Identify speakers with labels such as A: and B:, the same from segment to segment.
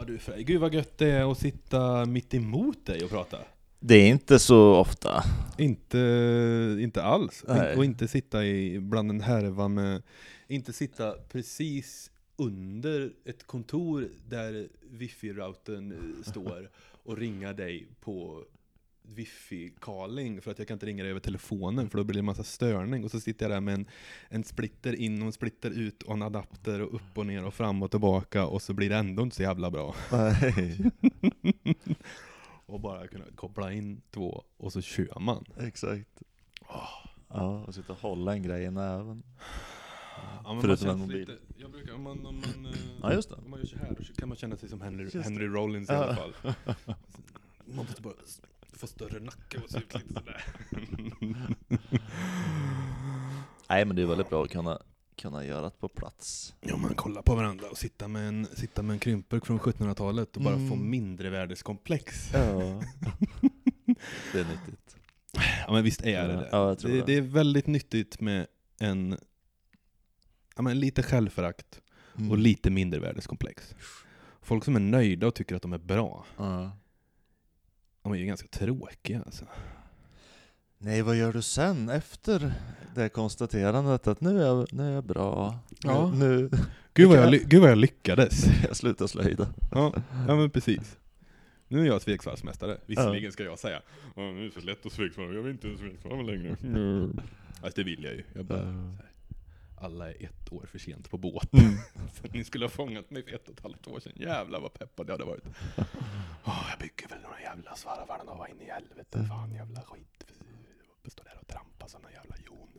A: du Frej. Gud vad gött det är att sitta mitt emot dig och prata.
B: Det är inte så ofta.
A: Inte alls.
B: Nej.
A: Och inte sitta bland en härva med... Inte sitta precis under ett kontor där wifi-routern står och ringa dig på wifi-calling för att jag kan inte ringa dig över telefonen för då blir det en massa störning. Och så sitter jag där med en splitter in och en splitter ut och en adapter och upp och ner och fram och tillbaka och så blir det ändå inte så jävla bra.
B: Nej.
A: Och bara kunna koppla in 2 och så kör man.
B: Exakt. Ja, och sitta och hålla en grej i näven.
A: Ja, men
B: förutom
A: man
B: en mobil.
A: lite, jag brukar, om man
B: Ja, just det.
A: om man gör så här då kan man känna sig som
B: Just
A: Henry Rollins i alla fall. Man måste bara få större nacke och se ut lite sådär.
B: Nej, men det är väldigt bra att kunna göra det på plats.
A: Ja, man kollar på varandra och sitta med en krympburk från 1700-talet och bara få mindre värdeskomplex.
B: Ja. Det är nyttigt.
A: Ja, men visst är det.
B: Ja, jag tror det.
A: Det är väldigt nyttigt med lite självförakt och lite mindre värdeskomplex. Folk som är nöjda och tycker att de är bra.
B: Ja.
A: De är ju ganska tråkiga alltså.
B: Nej, vad gör du sen efter det konstaterandet att nu är jag bra?
A: Ja.
B: Nu
A: Gud vad jag lyckades.
B: jag slutar slöjda.
A: Ja, men precis. Nu är jag sveksvarsmästare. Visserligen ska jag säga nu är det så lätt att sveksvara. Jag vill inte sveksvara längre. Alltså det vill jag ju. Jag bara, så här, alla är 1 år för sent på båten. För ni skulle ha fångat mig för 1,5 år sedan. Jävlar vad peppad jag hade varit. Jag bygger väl några jävla svarvarna och var in i helvete. Fan jävla skit. Jag står där och trampar såna jävla jon.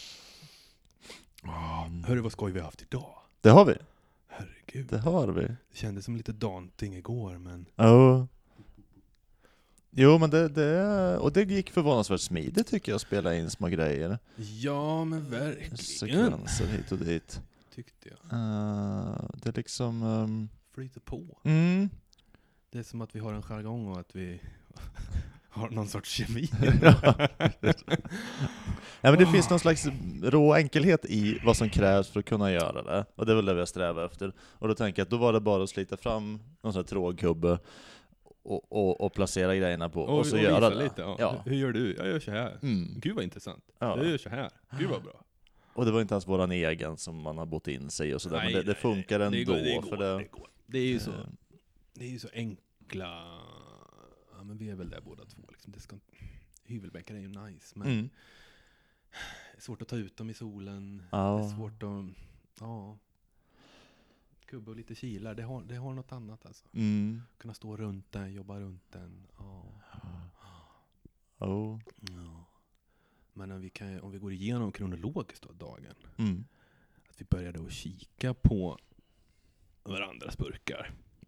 A: Hörru vad skoj vi har haft idag.
B: Det har vi.
A: Herregud.
B: Det har vi.
A: Det kändes som lite daunting igår, men...
B: Ja. Jo, men det gick förvånansvärt smidigt tycker jag, att spela in små grejer.
A: Ja, men verkligen.
B: Sekvenser hit och dit.
A: Tyckte jag.
B: Det är liksom...
A: Flyter på.
B: Mm.
A: Det är som att vi har en jargong och att vi har någon sorts kemi.
B: Ja, men det finns någon slags rå enkelhet i vad som krävs för att kunna göra det. Och det är väl det vi har strävat efter. Och då tänker jag att då var det bara att slita fram någon sån här trådkubbe och placera grejerna på och så göra det.
A: Lite, ja. Hur gör du? Jag gör så här. Gud vad intressant.
B: Ja.
A: Jag gör så här. Gud vad bra.
B: Och det var inte ens våran egen som man har bott in sig och sådär. Men det funkar ändå.
A: Det går. Det är ju så. Det är ju så enkla. Ja, men vi är väl där båda två. Liksom. Hyvelbänkar är ju nice. Men det är svårt att ta ut dem i solen. Det är svårt att... Ja. Kubbe och lite kilar. Det har något annat alltså. Kunna stå runt den, jobba runt den. Ja. Men om vi går igenom kronologiskt då, dagen. Att vi började att kika på varandras burkar.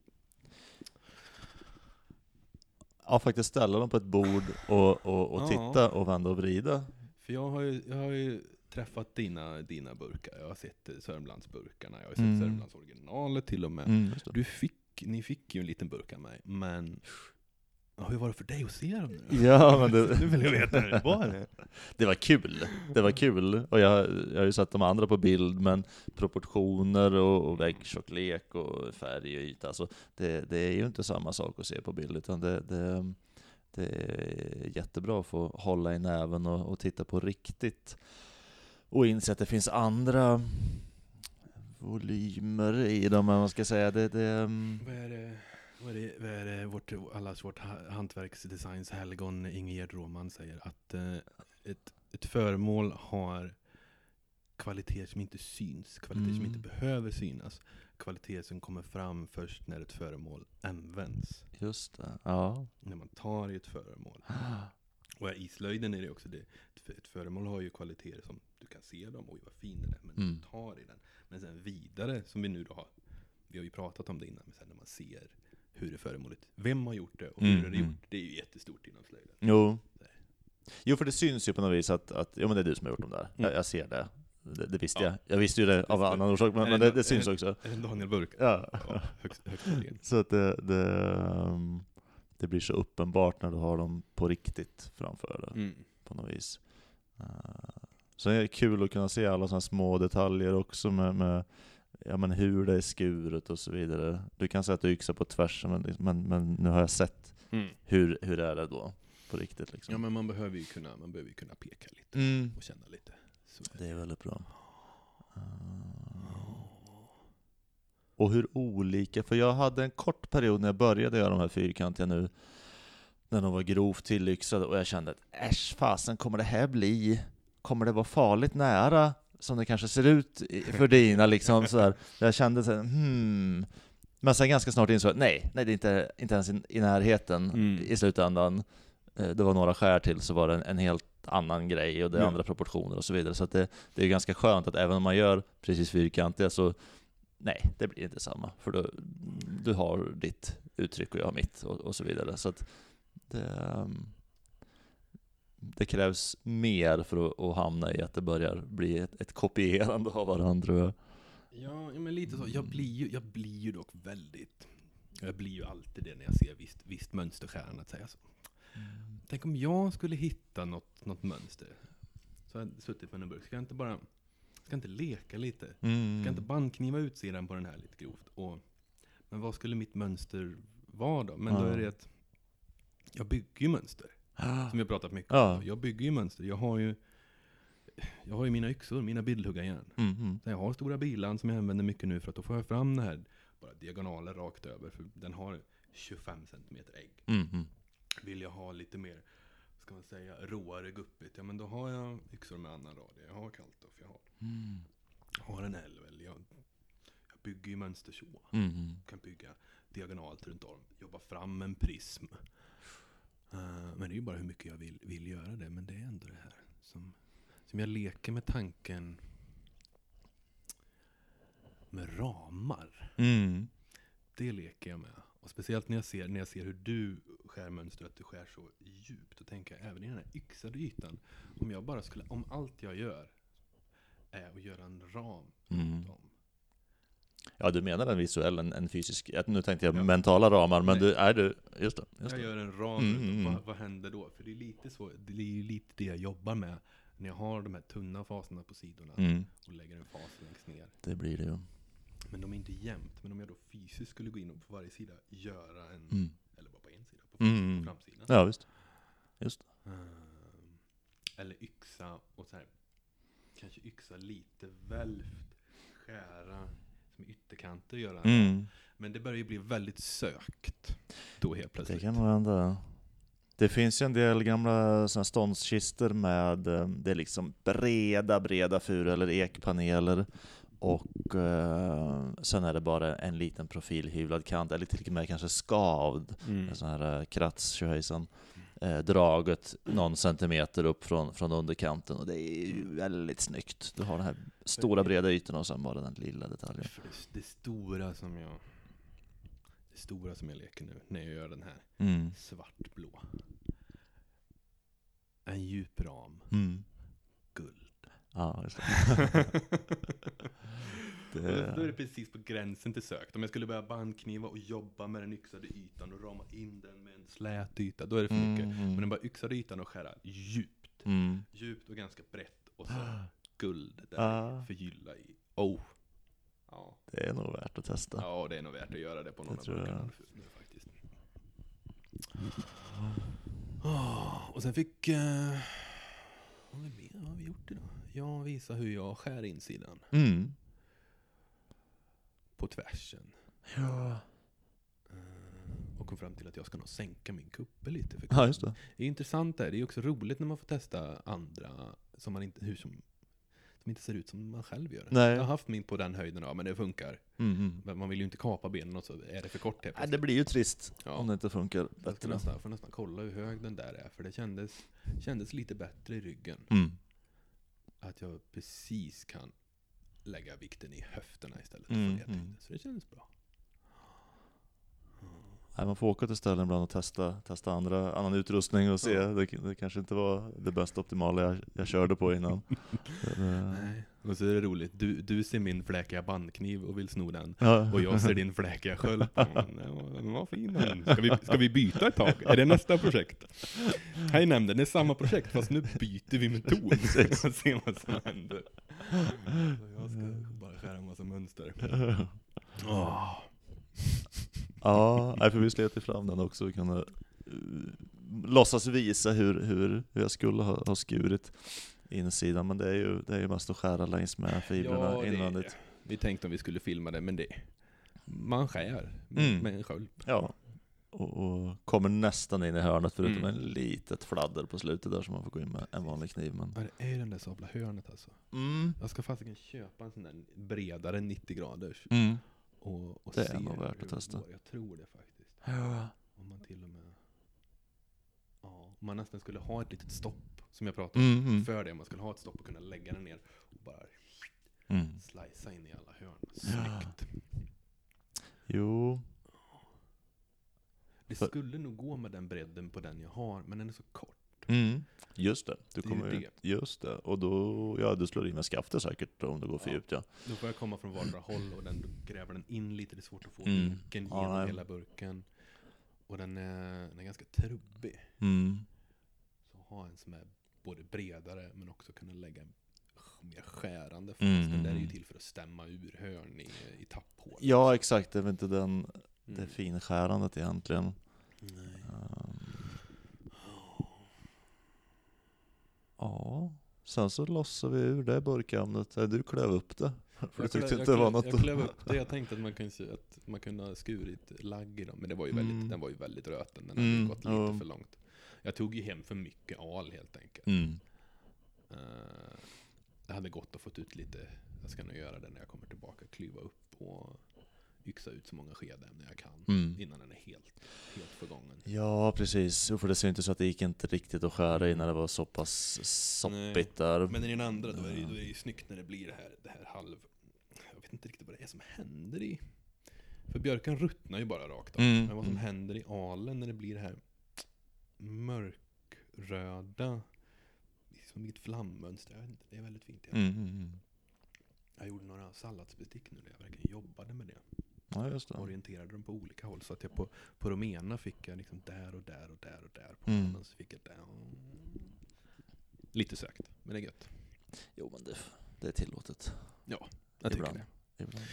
B: Ja, faktiskt ställa dem på ett bord och titta och vända och vrida.
A: För jag har ju träffat dina burkar. Jag har sett Sörmlandsburkarna. Jag har sett Sörmlands originalet till och med. Ni fick ju en liten burk av mig. Men hur var det för dig att se dem nu?
B: Ja, men
A: nu vill jag veta hur det var.
B: Det var kul. Och jag har ju sett de andra på bild, men proportioner och väggtjocklek och färg och yta. Alltså, det är ju inte samma sak att se på bild, utan det är jättebra att få hålla i näven och titta på riktigt. Och inse att det finns andra volymer i dem, man ska säga.
A: Vad är det allas vårt hantverksdesigns helgon Ingegerd Roman säger? Att ett föremål har kvaliteter som inte syns. Kvaliteter som inte behöver synas. Kvaliteter som kommer fram först när ett föremål används.
B: Just det, ja.
A: När man tar i ett föremål. Och i slöjden är det också det. Ett föremål har ju kvaliteter som du kan se dem. Oj vad fin den är. Men du tar i den. Men sen vidare som vi nu då har. Vi har ju pratat om det innan. Men sen när man ser hur är föremålet, vem har gjort det och hur är det gjort. Det är ju jättestort inom slöjden.
B: Jo, för det syns ju på något vis att men det är du som har gjort dem där. Jag ser det. Det visste jag. Jag visste ju det av annan orsak, men det syns också.
A: En Daniel Burk.
B: Ja.
A: Högst
B: så att det blir så uppenbart när du har dem på riktigt framför dig på något vis. Så det är kul att kunna se alla sådana små detaljer också med ja, men hur det är skuret och så vidare. Du kan säga att du yxar på tvärs, men nu har jag sett hur är det då på riktigt liksom.
A: Ja, men man behöver ju kunna peka lite och känna lite. Så
B: det är väldigt bra. Och hur olika, för jag hade en kort period när jag började göra de här fyrkantiga nu, när de var grovt tillyxade, och jag kände att fasen, kommer det vara farligt nära som det kanske ser ut för dina liksom sådär. Jag kände så här, men sen ganska snart insåg att nej, det är inte ens i närheten i slutändan. Det var några skär till, så var det en helt annan grej, och det är andra proportioner och så vidare. Så att det är ganska skönt att även om man gör precis fyrkantiga, så nej, det blir inte samma. För du har ditt uttryck och jag har mitt och så vidare. Så att det krävs mer för att hamna i att det börjar bli ett kopierande av varandra.
A: Ja, men lite så. Jag blir ju dock väldigt... Jag blir ju alltid det när jag ser visst mönsterskärande, att säga så. Tänk om jag skulle hitta något mönster. Så jag suttit med en burk. Ska jag inte leka lite? Ska jag inte bandkniva utsidan på den här lite grovt? Men vad skulle mitt mönster vara då? Men då är det att jag bygger ju mönster. Som jag pratat mycket om. Jag bygger ju mönster. Jag har ju mina yxor, mina bildhuggarjärn. Så jag har stora bilan som jag använder mycket nu, för att då får jag fram det här bara diagonaler rakt över. För den har 25 cm ägg. Vill jag ha lite mer, ska man säga, råare guppigt, ja, men då har jag yxor med annan radie. Jag har kaltoff, jag har en elvel. Jag bygger ju mönster så. Kan bygga diagonalt runt om. Jobba fram en prism. Men det är ju bara hur mycket jag vill göra det. Men det är ändå det här som jag leker med tanken med ramar. Det leker jag med. Och speciellt när jag ser hur du skär mönster, att du skär så djupt, och tänker jag även i den här yxade ytan, om allt jag gör är att göra en ram runt om.
B: Ja, du menar en visuell, en fysisk. Nu tänkte jag mentala ramar, men just det.
A: Jag gör en ram, vad händer då? För det är lite så, det är lite det jag jobbar med när jag har de här tunna faserna på sidorna och lägger en fas längst ner.
B: Det blir det ju.
A: Men de är inte jämnt. Men om jag då fysiskt skulle gå in och på varje sida göra en, eller bara på en sida, på framsidan.
B: Ja, visst. Just det.
A: Eller yxa och så här, kanske yxa lite välvt, skära som ytterkanter, göra. Men det börjar ju bli väldigt sökt då helt plötsligt.
B: Det kan nog hända. Det finns ju en del gamla såna ståndskister med det är liksom breda furu eller ekpaneler, och sen är det bara en liten profilhyvlad kant, eller till och med kanske skavd, en sån här krats draget någon centimeter upp från underkanten, och det är ju väldigt snyggt. Du har den här stora breda ytorna och sen bara den lilla detaljen.
A: Det stora som jag leker nu när jag gör den här svartblå, en djup ram, guld.
B: Ja, just
A: det. Då är det precis på gränsen till sökt. Om jag skulle börja bandkniva och jobba med den yxade ytan och rama in den med en slät yta, då är det för mycket. Men den bara yxade ytan och skära djupt. Djupt och ganska brett, och så guld där förgylla i. Ja.
B: Det är nog värt att testa.
A: Ja, det är nog värt att göra det på någon av burkarna nu faktiskt. Och sen fick... vad har vi gjort idag? Jag visar hur jag skär insidan. På tvärsen.
B: Ja.
A: Och kom fram till att jag ska nog sänka min kuppe lite. För
B: Ja, just det.
A: Det är intressant där. Det är också roligt när man får testa andra som inte ser ut som man själv gör.
B: Nej.
A: Jag har haft min på den höjden, men det funkar. Men man vill ju inte kapa benen, och så är det för kort.
B: Nej, det blir ju trist om det inte funkar bättre.
A: Jag får nästan kolla hur hög den där är, för det kändes lite bättre i ryggen. Att jag precis kan lägga vikten i höfterna istället för nedtänkte. Så det kändes bra.
B: Nej, man får åka till ställen ibland och testa annan utrustning och se. Det kanske inte var det bästa optimala jag körde på innan.
A: Nej. Och så är det roligt. Du ser min fläkiga bandkniv och vill sno den.
B: Ja.
A: Och jag ser din fläkiga sköld. Den var fin den. Ska vi byta ett tag? Är det nästa projekt? Hej nämnden, det är samma projekt, fast nu byter vi metod. Och ser vad som händer. Så jag ska bara skära en massa mönster.
B: Ja, för vi slet fram den också. Vi kan låtsas visa hur jag skulle ha skurit insidan. Men det är ju mest att skära längs med fibrerna invändigt.
A: Vi tänkte om vi skulle filma det, men man skär med en sköld.
B: Ja, och kommer nästan in i hörnet förutom en litet fladder på slutet där som man får gå in med en vanlig kniv. Men...
A: Ja, det är den där sabla hörnet alltså. Jag ska faktiskt köpa en sån där bredare 90 graders. Och
B: det är nog värt att testa.
A: Jag tror det faktiskt.
B: Ja.
A: Om man till och med... Ja, om man nästan skulle ha ett litet stopp, som jag pratade om, för det. Man skulle ha ett stopp och kunna lägga den ner och bara slicea in i alla hörn. Snyggt.
B: Jo.
A: Det skulle nog gå med den bredden på den jag har, men den är så kort.
B: Just det. Just det. Och då, du slår in med skaftet säkert om det går för djupt, ja.
A: Då får jag komma från vardera håll och då gräver den in lite. Det är svårt att få vinkeln genom hela burken. Och den är ganska trubbig. Så ha en som är både bredare men också kunna lägga mer skärande fast. Den där är ju till för att stämma ur hörn i tapphål.
B: Ja, exakt. Det är väl inte det finskärandet egentligen.
A: Nej.
B: Ja, sen så lossar vi ur det burkämnet. Du klev upp det. För du tyckte
A: Jag klev upp det. Jag tänkte att man kunde ha skurit lagg i dem. Men det var ju den var ju väldigt röten. Den hade gått lite för långt. Jag tog ju hem för mycket al helt enkelt. Det hade gått att få ut lite. Jag ska nog göra det när jag kommer tillbaka. Klyva upp och yxa ut så många skedämnen jag kan innan den är helt förgången.
B: Ja, precis. För det ser inte så att det gick inte riktigt att skära i när det var så pass soppigt där.
A: Men i den andra då är det ju snyggt när det blir det här halv... Jag vet inte riktigt vad det är som händer i... För björkan ruttnar ju bara rakt av. Men vad som händer i alen när det blir det här mörkröda, som ett flammönster. Jag vet inte, det är väldigt fint. Jag gjorde några salladsbestick nu där jag verkligen jobbade med det.
B: Ja, just det.
A: Orienterade dem på olika håll. Så att jag på Romena fick jag liksom där och där och där och där. På annan så fick jag där. Lite sökt, men det är gött.
B: Jo, men det är tillåtet.
A: Ja, jag tycker det.
B: Ibland.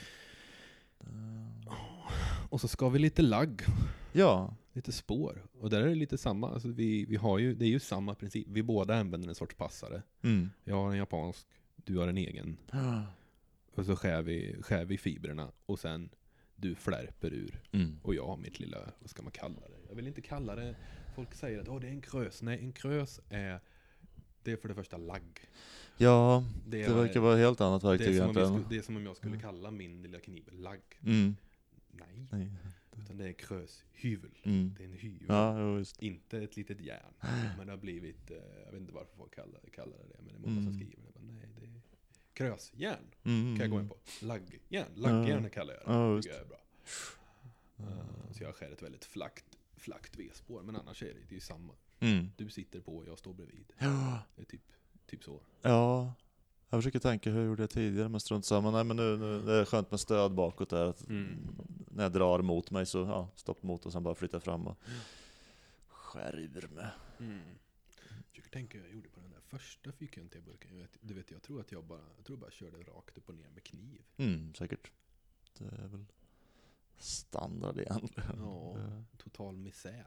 A: Och så ska vi lite lagg.
B: Ja.
A: Lite spår. Och där är det lite samma. Alltså vi har ju, det är ju samma princip. Vi båda använder en sorts passare. Jag har en japansk, du har en egen. Och så skär vi fibrerna. Och sen du flärper ur. Och jag har mitt lilla, vad ska man kalla det? Jag vill inte kalla det, folk säger att det är en krös. Nej, en krös det är för det första lagg.
B: Ja, det verkar vara helt annat verktyg.
A: Det är som om jag skulle kalla min lilla kniv lagg. Nej. Utan det är kröshyvel. Det är en hyvel.
B: Ja, just.
A: Inte ett litet järn. Men det har blivit, jag vet inte varför folk kallar det. Men det är många som skriver det. Men nej, det är krösjärn. Kan jag gå in på. Laggjärn kallar jag det.
B: Ja,
A: det är bra. Så jag skär ett väldigt flakt V-spår. Men annars är det ju samma. Du sitter på och jag står bredvid. Det är typ så.
B: Ja. Jag försöker tänka hur jag gjorde jag tidigare med strunt samma. Nej, men nu det är skönt med stöd bakåt där. Att när jag drar mot mig så stopp mot och sen bara flytta fram och skär ur med.
A: Jag försöker tänka hur jag gjorde på den där första fyrkantiga-burken. Du vet, jag tror jag bara körde rakt upp och ner med kniv.
B: Säkert. Det är väl standard egentligen.
A: Ja, total misär.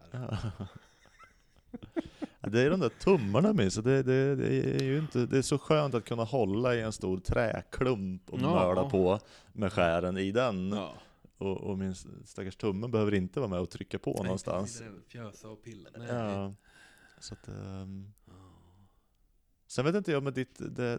B: Det är de där tummarna med, så det är ju inte, det är så skönt att kunna hålla i en stor träklump och möla på med skären i den. Och min stackars tummen behöver inte vara med och trycka på någonstans.
A: Nej, fjösa och pilla. Nej.
B: Ja. Så att sen vet inte jag med ditt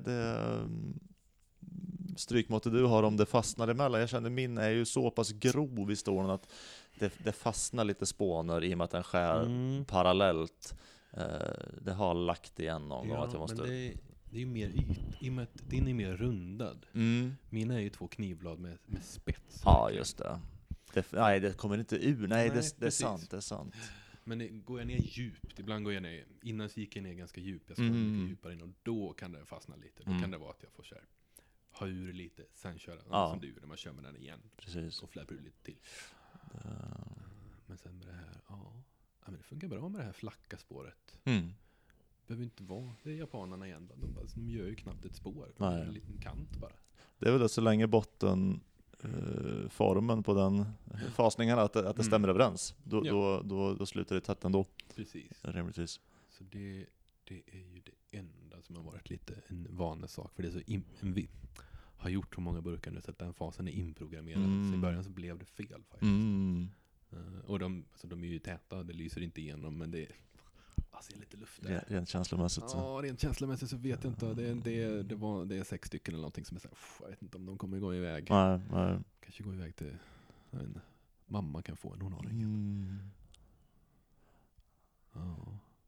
B: strykmåttet du har om det fastnar emellan. Jag känner min är ju så pass grov i stålen att det fastnar lite spåner i och med att den skär parallellt. Det har lagt igen någon gång att jag måste...
A: Men det är ju mer i och med att din är mer rundad. Mina är ju 2 knivblad med spets.
B: Ja, just det. Det kommer inte ur. Nej, det är sant.
A: Men går jag ner djupt, ibland går jag ner, innan så gick jag ner ganska djupt, jag ska mycket djupare in och då kan det fastna lite. Då kan det vara att jag får ha ur lite, sen köra som du gjorde, man kör med den igen.
B: Precis.
A: Och fläpper ur lite till. Men sen med det här, men det funkar bra med det här flacka spåret. Behöver inte vara, det är japanerna igen. De gör ju knappt ett spår. En liten kant bara.
B: Det är väl det, så länge botten formen på den fasningen att det stämmer överens. Då slutar det tätt ändå.
A: Precis.
B: Rimligtvis.
A: Så det är ju det enda som har varit lite en vanesak. För det är så har gjort så många burkar nu så att den fasen är inprogrammerad. Så i början så blev det fel faktiskt. Och de är ju täta, det lyser inte igenom, men det är lite luft där.
B: Rent känslomässigt.
A: Ja, rent känslomässigt så vet jag inte. Det är 6 stycken eller någonting som är så här, jag vet inte om de kommer gå iväg.
B: Nej.
A: Kanske gå iväg till, jag vet inte, mamma kan få en, hon har ingen. Ja.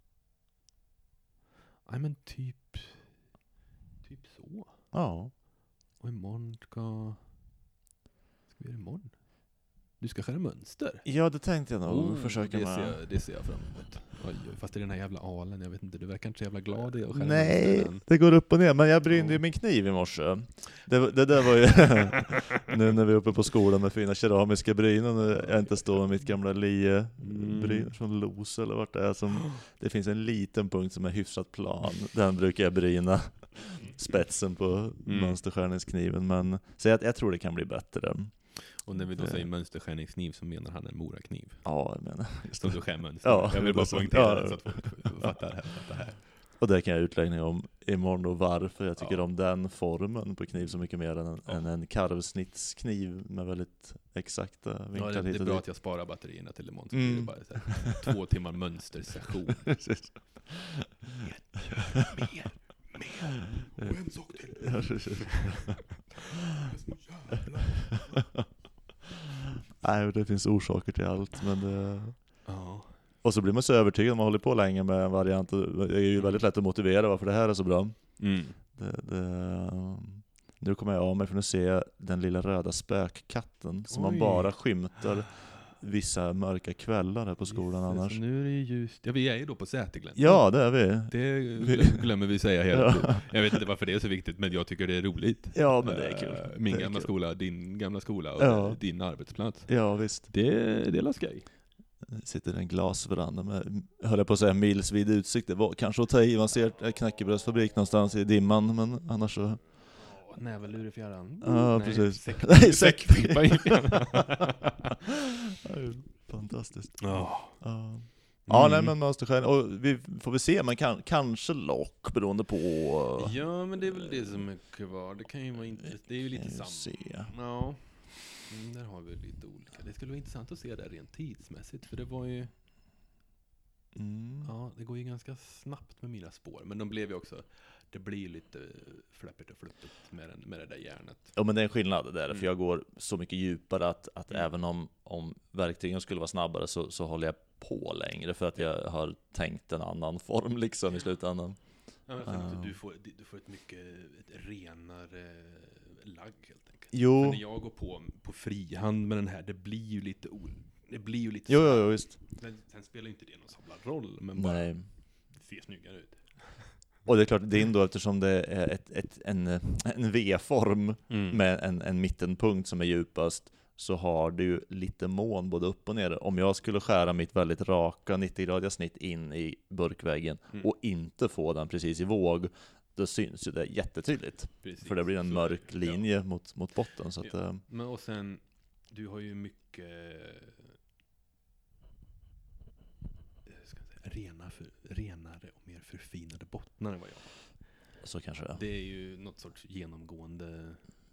A: Nej, men typ så.
B: Ja.
A: Och imorgon ska vi göra imorgon? Du ska skära mönster?
B: Ja, det tänkte jag nog försöka
A: med. Det ser jag fram emot. Oj, fast det är den här jävla alen, jag vet inte, du verkar inte så jävla glad i att skära
B: Nej,
A: mönster.
B: det går upp och ner, men jag brynde ju min kniv i morse. Det där var ju nu när vi är uppe på skolan med fina keramiska bryn, och nu jag inte står med mitt gamla bryn från Los eller vart det är. Det finns en liten punkt som är hyfsat plan. Den brukar jag bryna spetsen på mönsterskärningskniven, men så jag tror det kan bli bättre.
A: Och när vi då säger mönsterskärningskniv så menar han en morakniv.
B: Ja, jag menar.
A: Så du skär mönster.
B: Ja,
A: jag vill bara poängtera det så att folk fattar här.
B: Och det kan jag utlägga om imorgon och varför jag tycker om den formen på kniv så mycket mer än en karvsnittskniv med väldigt exakta vinklar.
A: Ja, det är bra att jag sparar batterierna till imorgon. Så blir det bara så här, 2 timmar mönstersession. Mer. Och en sak till.
B: Nej, det finns orsaker till allt, men och så blir man så övertygad om man håller på länge med en variant. Det är ju väldigt lätt att motivera varför det här är så bra. Nu kommer jag av mig, för nu ser jag den lilla röda spökkatten som man bara skymtar vissa mörka kvällar här på skolan annars.
A: Så nu är det ljust. Ja, vi är ju då på Sätergläntan.
B: Ja, det är vi.
A: Det glömmer vi säga hela tiden. Jag vet inte varför det är så viktigt, men jag tycker det är roligt.
B: Ja, men det är kul.
A: Min gamla skola, din gamla skola och din arbetsplats.
B: Ja, visst.
A: Det är laskaj.
B: Sitter i en glasveranda med, höll jag på att säga, milsvid utsikt. Det var kanske att ta i, man ser en knäckebrödsfabrik någonstans i dimman, men annars så...
A: Nävelur i fjärran.
B: Ja, precis.
A: Säckpipa i fjärran.
B: Fantastiskt.
A: Ja,
B: nej, men mönsterskärning. Och vi får väl se, man kanske lock beroende på...
A: Ja, men det är väl det som är kvar. Det kan ju vara det är ju lite samma. Ja. Där har vi lite olika. Det skulle vara intressant att se det rent tidsmässigt, för det var ju... Ja, det går ju ganska snabbt med mina spår, men de blev ju också... Det blir lite fläppigt och fluppigt med det där järnet. Ja,
B: men det är en skillnad där, för jag går så mycket djupare att även om verktygen skulle vara snabbare så håller jag på längre, för att jag har tänkt en annan form liksom i slutändan.
A: Ja, men du får ett mycket renare lagg helt enkelt.
B: Jo.
A: För när jag går på frihand med den här, det blir ju lite
B: Jo, visst.
A: Sen spelar ju inte det någon sån roll, men bara det ser snyggare ut.
B: Och det är klart, din då, eftersom det är en V-form med en mittenpunkt som är djupast, så har du lite mån både upp och ner. Om jag skulle skära mitt väldigt raka 90-gradiga snitt in i burkväggen och inte få den precis i våg, då syns ju det jättetydligt. Precis. För det blir en mörk linje mot botten. Så att,
A: men och sen, du har ju mycket renare och mer förfinade bottnar än vad jag har.
B: Så kanske det.
A: Det är ju något sorts genomgående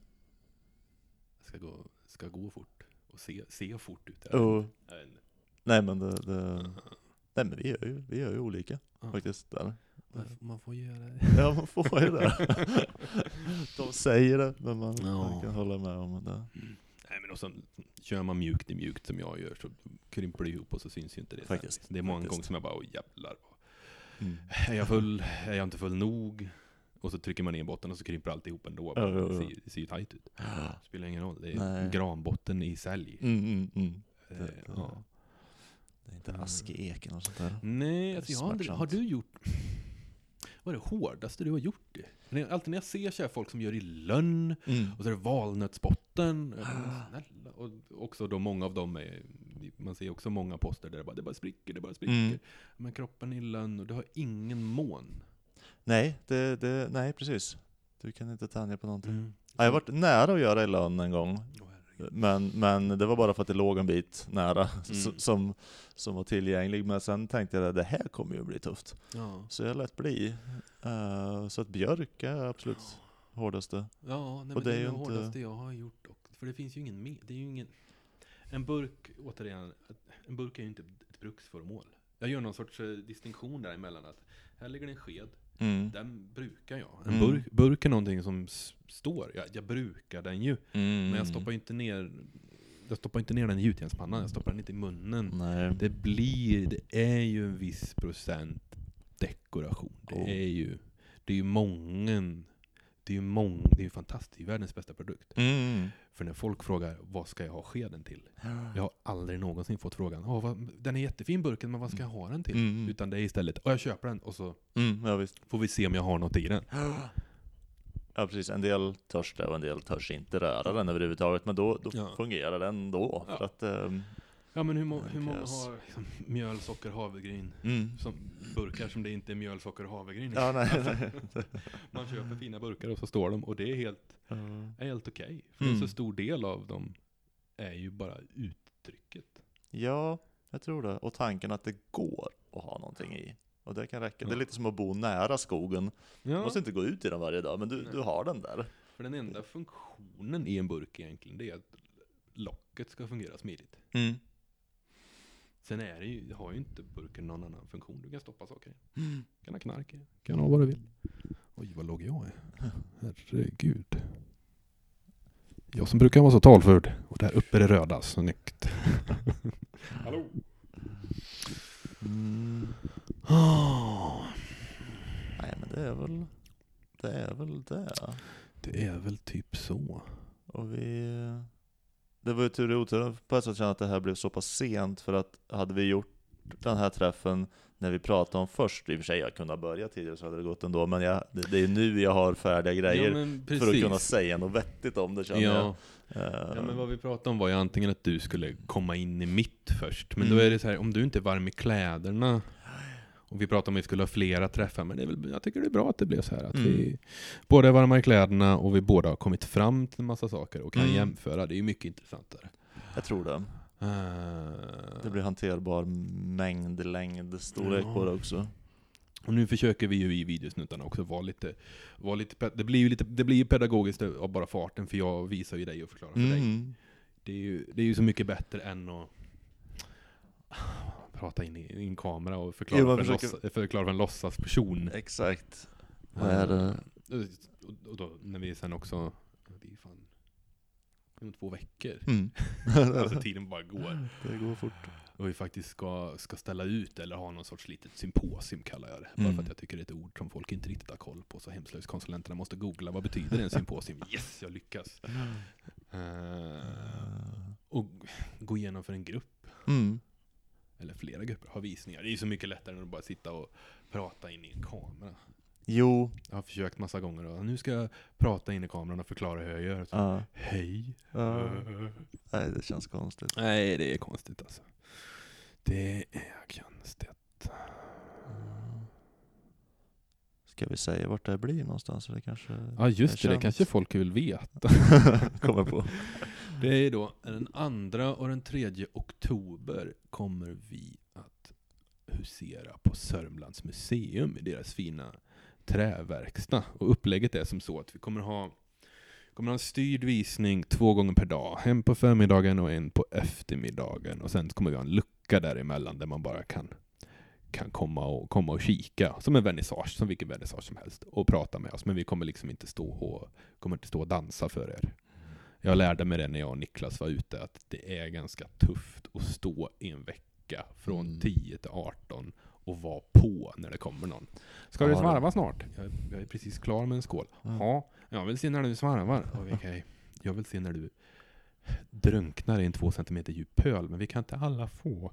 A: ska gå fort och se fort ut.
B: Nej, men nej, men vi gör ju olika faktiskt där.
A: Man får göra det.
B: Ja, man får ju det. De säger det, men man kan hålla med om det.
A: Nej, men och sen kör man mjukt i mjukt som jag gör, så krymper det ihop och så syns ju inte det.
B: Faktiskt.
A: Det är många gånger som jag bara, jävlar. Är jag inte full nog? Och så trycker man ner botten och så krymper allt ihop ändå. Det ser ju tajt ut. Det spelar ingen roll. Det är granbotten i sälj.
B: Det är inte askeken och sånt där.
A: Nej, alltså har du gjort... Vad är det hårdaste du har gjort det? Alltid när jag ser så här folk som gör i lönn och så är det valnötsbotten. Snälla. Och också då många av dem är... Man ser också många poster där det bara spricker. Men kroppen i lönn och det har ingen mån.
B: Nej, nej, precis. Du kan inte tänja på någonting. Jag har varit nära att göra i lönn en gång. Men det var bara för att det låg en bit nära som var tillgänglig. Men sen tänkte jag att det här kommer ju bli tufft.
A: Ja.
B: Så jag lät bli. Så att björk är absolut hårdaste.
A: Ja, nej,
B: och
A: det är
B: ju
A: det
B: inte...
A: hårdaste jag har gjort. För det finns ju ingen det är ju ingen... En burk, återigen, en burk är ju inte ett bruksföremål. Jag gör någon sorts distinktion däremellan att här ligger en sked. Den brukar jag. En burk är någonting som står. Jag brukar den ju. Men jag stoppar inte ner den i gjutjärnspannan. Jag stoppar den inte i munnen.
B: Nej.
A: Det är ju en viss procent dekoration. Det är ju fantastiskt. Det är världens bästa produkt. För när folk frågar, vad ska jag ha skeden till? Jag har aldrig någonsin fått frågan, den är jättefin burken, men vad ska jag ha den till? Utan det är istället, jag köper den och så får vi se om jag har något i den.
B: Ja, precis. En del törs det och en del törs inte röra den överhuvudtaget. Men då fungerar den då.
A: Ja.
B: För att,
A: ja, men hur många har liksom, mjöl, socker, havregryn som burkar som det inte är mjöl, socker, havregryn?
B: Ja, nej.
A: Man köper fina burkar och så står de och det är helt okej. För en så stor del av dem är ju bara uttrycket.
B: Ja, jag tror det. Och tanken att det går att ha någonting i. Och det kan räcka. Det är lite som att bo nära skogen. Du måste inte gå ut i den varje dag, men du har den där.
A: För den enda funktionen i en burk egentligen, det är att locket ska fungera smidigt. Sen har ju inte burken någon annan funktion. Du kan stoppa saker i. Kan ha knark i. Kan ha vad du vill. Oj, vad låg jag är. Herregud. Jag som brukar vara så talförd. Och där uppe är det röda. Snyggt. Hallå.
B: Nej, men det är väl det.
A: Det är väl typ så.
B: Och det var ju tur och otur på ett sätt att det här blev så pass sent, för att hade vi gjort den här träffen när vi pratade om först, i och för sig jag kunde börja tidigare så hade det gått ändå, men det är nu jag har färdiga grejer för att kunna säga något vettigt om det, känner jag.
A: Ja, men vad vi pratade om var ju antingen att du skulle komma in i mitt först, men då är det så här, om du inte är varm i kläderna. Och vi pratade om att vi skulle ha flera träffar, men jag tycker det är bra att det blev så här. Att vi båda är varma i kläderna och vi båda har kommit fram till en massa saker och kan jämföra. Det är ju mycket intressantare.
B: Jag tror det. Det blir hanterbar längd, storlek på det också.
A: Och nu försöker vi ju i videosnuttarna också vara lite det blir ju pedagogiskt av bara farten, för jag visar ju dig och förklarar för dig. Det är ju så mycket bättre än att prata in i en kamera och förklara för en låtsasperson.
B: Exakt. Vad är det?
A: Och då, när vi sen också, det är fan 2 veckor. Alltså tiden bara går.
B: Det går fort.
A: Och vi faktiskt ska ställa ut eller ha någon sorts litet symposium, kallar jag det. Bara för att jag tycker det är ett ord som folk inte riktigt har koll på. Så hemslöjdskonsulenterna måste googla, vad betyder en symposium? Yes, jag lyckas. Och gå igenom för en grupp. Eller flera grupper, ha visningar. Det är så mycket lättare än att bara sitta och prata in i en kamera.
B: Jo.
A: Jag har försökt massa gånger och nu ska jag prata in i kameran och förklara hur jag gör. Så, hej.
B: Nej, det känns konstigt.
A: Nej, det är konstigt alltså. Det är konstigt.
B: Ska vi säga vart det blir någonstans? Det kanske
A: ja, just det. Det kanske folk vill veta.
B: Kommer på.
A: Det är då den 2 och den 3 oktober kommer vi att husera på Sörmlands museum i deras fina träverkstad. Och upplägget är som så att vi kommer ha en styrd visning 2 gånger per dag. En på förmiddagen och en på eftermiddagen. Och sen kommer vi ha en lucka däremellan där man bara kan komma och kika. Som en vernissage, som vilken vernissage som helst. Och prata med oss. Men vi kommer liksom inte stå och dansa för er. Jag lärde mig det när jag och Niklas var ute, att det är ganska tufft att stå i en vecka från 10 till 18 och vara på när det kommer någon. Ska du svarva snart? Jag är precis klar med en skål. Ja, jag vill se när du svarvar. Okej. Jag vill se när du drunknar i en 2 centimeter djup pöl, men vi kan inte alla få.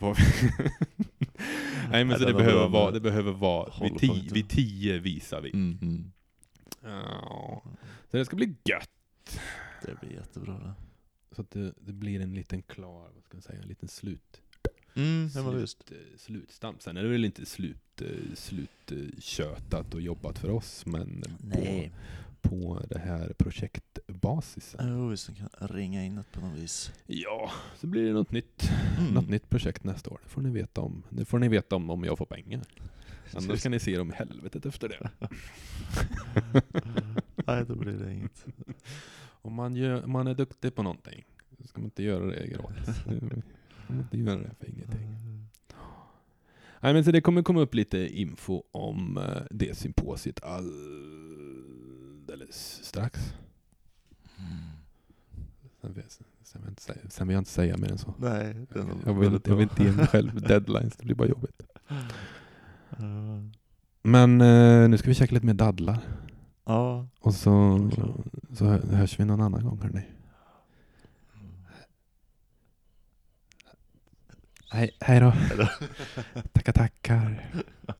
A: Nej, men så det behöver vara vid 10 visar vi. Ja. Så det ska bli gött.
B: Det blir jättebra det.
A: Så att det blir en liten klar, vad ska jag säga, en liten slutstamp. Sen är det väl inte sluttjötat och jobbat för oss, men på det här projektbasisen.
B: Vi som kan ringa in det på något vis.
A: Ja, så blir det något nytt projekt nästa år. Det får ni veta om jag får pengar. Annars kan ni se dem i helvetet efter det.
B: Nej, då blir det inget.
A: Om man är duktig på någonting så ska man inte göra det gratis. Man inte göra det för ingenting. Nej, men så det kommer komma upp lite info om det symposiet alldeles strax. Sen vill jag inte säga mer än så.
B: Nej,
A: jag vill inte ge mig själv deadlines, det blir bara jobbigt. Men nu ska vi käka lite mer dadlar.
B: Ja.
A: Och så hörs vi någon annan gång, hörni. Hej då. Tackar.